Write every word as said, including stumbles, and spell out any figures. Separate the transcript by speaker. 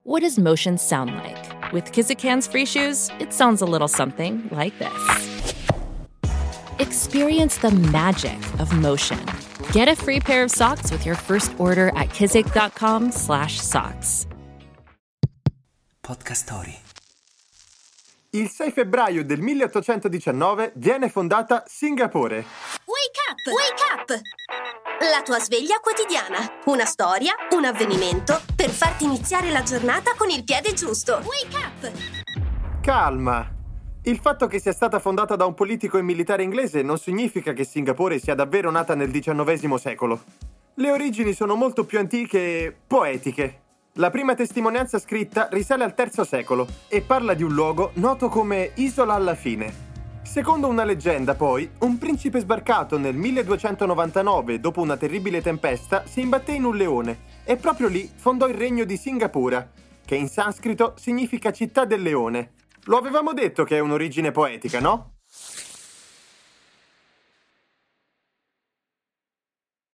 Speaker 1: What does motion sound like? With Kizikans free shoes, it sounds a little something like this. Experience the magic of motion. Get a free pair of socks with your first order at kizik.com slash socks.
Speaker 2: Podcast Story.
Speaker 3: Il sei febbraio del milleottocentodiciannove viene fondata Singapore.
Speaker 4: Wake up! Wake up! La tua sveglia quotidiana. Una storia, un avvenimento per farti iniziare la giornata con il piede giusto. Wake up!
Speaker 3: Calma! Il fatto che sia stata fondata da un politico e militare inglese non significa che Singapore sia davvero nata nel diciannovesimo secolo. Le origini sono molto più antiche e poetiche. La prima testimonianza scritta risale al terzo secolo e parla di un luogo noto come Isola alla Fine. Secondo una leggenda, poi, un principe sbarcato nel milleduecentonovantanove dopo una terribile tempesta si imbatté in un leone e proprio lì fondò il regno di Singapura, che in sanscrito significa città del leone. Lo avevamo detto che è un'origine poetica, no?